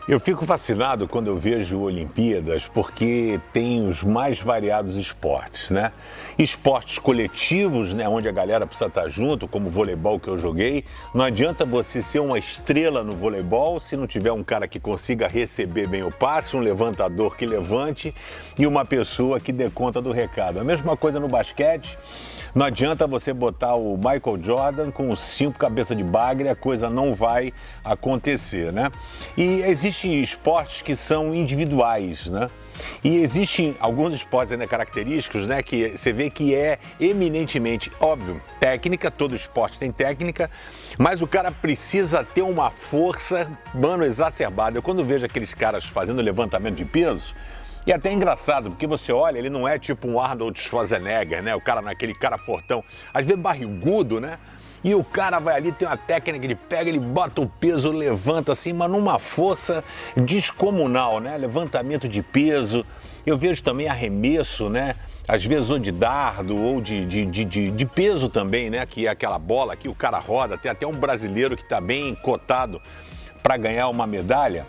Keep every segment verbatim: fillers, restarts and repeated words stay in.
Eu fico fascinado quando eu vejo Olimpíadas porque tem os mais variados esportes, né? Esportes coletivos, né, onde a galera precisa estar junto, como o voleibol que eu joguei. Não adianta você ser uma estrela no voleibol se não tiver um cara que consiga receber bem o passe, um levantador que levante e uma pessoa que dê conta do recado. A mesma coisa no basquete. Não adianta você botar o Michael Jordan com os cinco cabeças de bagre, a coisa não vai acontecer, né? E existem esportes que são individuais, né? E existem alguns esportes ainda característicos, né, que você vê que é eminentemente, óbvio, técnica, todo esporte tem técnica, mas o cara precisa ter uma força, mano, exacerbada. Eu quando vejo aqueles caras fazendo levantamento de peso, e até é engraçado, porque você olha, ele não é tipo um Arnold Schwarzenegger, né? O cara naquele cara fortão, às vezes barrigudo, né? E o cara vai ali, tem uma técnica, ele pega, ele bota o peso, levanta assim, mas numa força descomunal, né? Levantamento de peso. Eu vejo também arremesso, né? Às vezes ou de dardo ou de, de, de, de, de peso também, né? Que é aquela bola que o cara roda. Tem até um brasileiro que está bem cotado para ganhar uma medalha.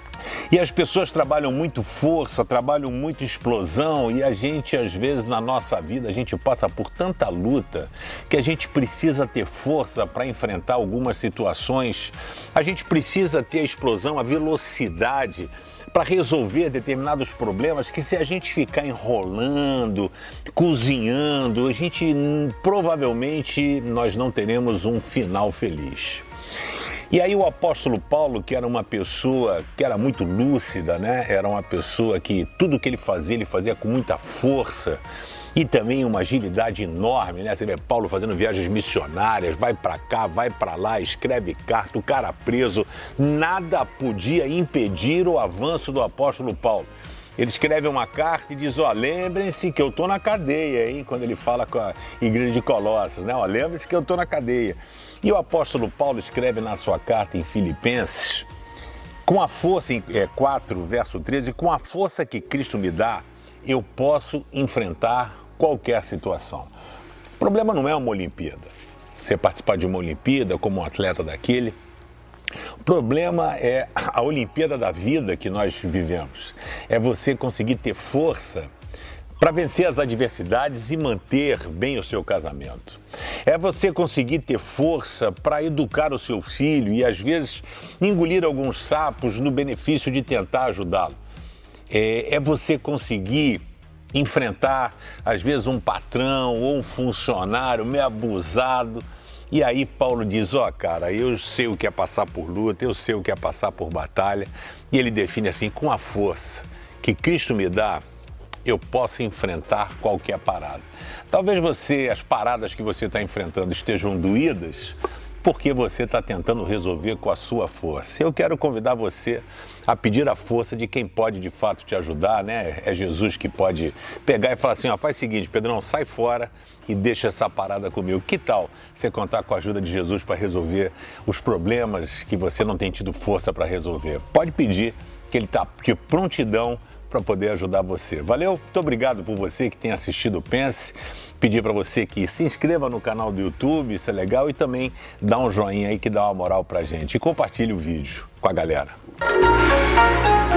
E as pessoas trabalham muito força, trabalham muito explosão e a gente, às vezes, na nossa vida, a gente passa por tanta luta que a gente precisa ter força para enfrentar algumas situações. A gente precisa ter a explosão, a velocidade para resolver determinados problemas que se a gente ficar enrolando, cozinhando, a gente provavelmente nós não teremos um final feliz. E aí o apóstolo Paulo, que era uma pessoa que era muito lúcida, né? Era uma pessoa que tudo que ele fazia, ele fazia com muita força e também uma agilidade enorme, né? Você vê Paulo fazendo viagens missionárias, vai para cá, vai para lá, escreve carta, o cara preso, nada podia impedir o avanço do apóstolo Paulo. Ele escreve uma carta e diz, ó, lembrem-se que eu tô na cadeia, hein? Quando ele fala com a igreja de Colossos, né? Ó, lembrem-se que eu tô na cadeia. E o apóstolo Paulo escreve na sua carta em Filipenses, com a força, em é, quatro, verso treze, com a força que Cristo me dá, eu posso enfrentar qualquer situação. O problema não é uma Olimpíada. Você participar de uma Olimpíada como um atleta daquele. O problema é a Olimpíada da vida que nós vivemos. É você conseguir ter força para vencer as adversidades e manter bem o seu casamento. É você conseguir ter força para educar o seu filho e, às vezes, engolir alguns sapos no benefício de tentar ajudá-lo. É, é você conseguir enfrentar, às vezes, um patrão ou um funcionário meio abusado. E aí Paulo diz, ó, oh, cara, eu sei o que é passar por luta, eu sei o que é passar por batalha. E ele define assim, com a força que Cristo me dá, eu posso enfrentar qualquer parada. Talvez você, as paradas que você está enfrentando estejam doídas porque você está tentando resolver com a sua força. Eu quero convidar você a pedir a força de quem pode de fato te ajudar, né? É Jesus que pode pegar e falar assim, ó, faz o seguinte, Pedrão, sai fora e deixa essa parada comigo. Que tal você contar com a ajuda de Jesus para resolver os problemas que você não tem tido força para resolver? Pode pedir que ele está de prontidão para poder ajudar você. Valeu? Muito obrigado por você que tem assistido o Pense. Pedir para você que se inscreva no canal do YouTube, isso é legal, e também dá um joinha aí que dá uma moral pra gente. E compartilhe o vídeo com a galera.